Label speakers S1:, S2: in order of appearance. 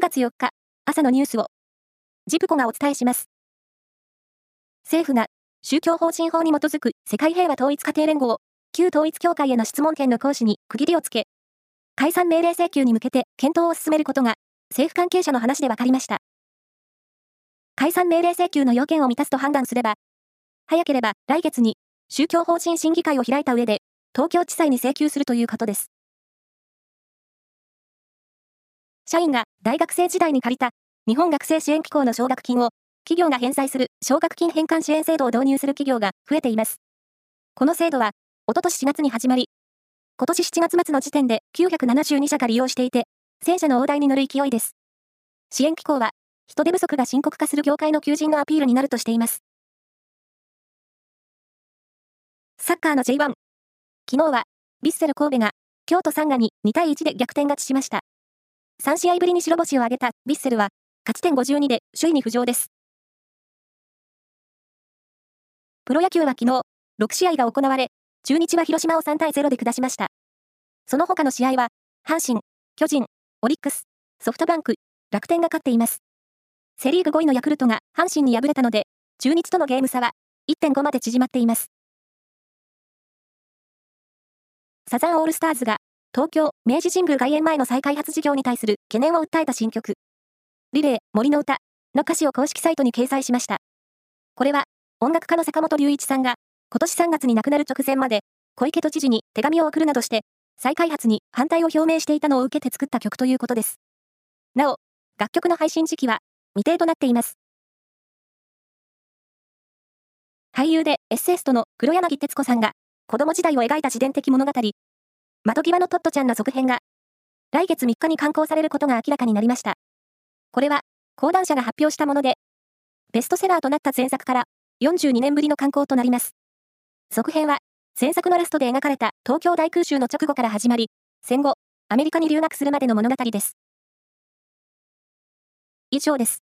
S1: 月4日、朝のニュースを、ジプコがお伝えします。政府が、宗教法人法に基づく世界平和統一家庭連合、旧統一教会への質問権の行使に区切りをつけ、解散命令請求に向けて検討を進めることが、政府関係者の話で分かりました。解散命令請求の要件を満たすと判断すれば、早ければ来月に宗教法人審議会を開いた上で、東京地裁に請求するということです。社員が大学生時代に借りた日本学生支援機構の奨学金を企業が返済する奨学金返還支援制度を導入する企業が増えています。この制度は、おととし4月に始まり、今年7月末の時点で972社が利用していて、1000社の大台に乗る勢いです。支援機構は、人手不足が深刻化する業界の求人のアピールになるとしています。サッカーの J1。昨日は、ヴィッセル神戸が、京都サンガに2対1で逆転勝ちしました。3試合ぶりに白星を挙げたヴィッセルは、勝ち点52で首位に浮上です。プロ野球は昨日、6試合が行われ、中日は広島を3対0で下しました。その他の試合は、阪神、巨人、オリックス、ソフトバンク、楽天が勝っています。セリーグ5位のヤクルトが阪神に敗れたので、中日とのゲーム差は 1.5 まで縮まっています。サザンオールスターズが、東京、明治神宮外苑前の再開発事業に対する懸念を訴えた新曲、リレー、森の歌の歌詞を公式サイトに掲載しました。これは、音楽家の坂本龍一さんが、今年3月に亡くなる直前まで、小池都知事に手紙を送るなどして、再開発に反対を表明していたのを受けて作った曲ということです。なお、楽曲の配信時期は未定となっています。俳優でエッセイストの黒柳徹子さんが、子供時代を描いた自伝的物語、窓際のトットちゃんの続編が、来月3日に刊行されることが明らかになりました。これは、講談社が発表したもので、ベストセラーとなった前作から42年ぶりの刊行となります。続編は、前作のラストで描かれた東京大空襲の直後から始まり、戦後、アメリカに留学するまでの物語です。以上です。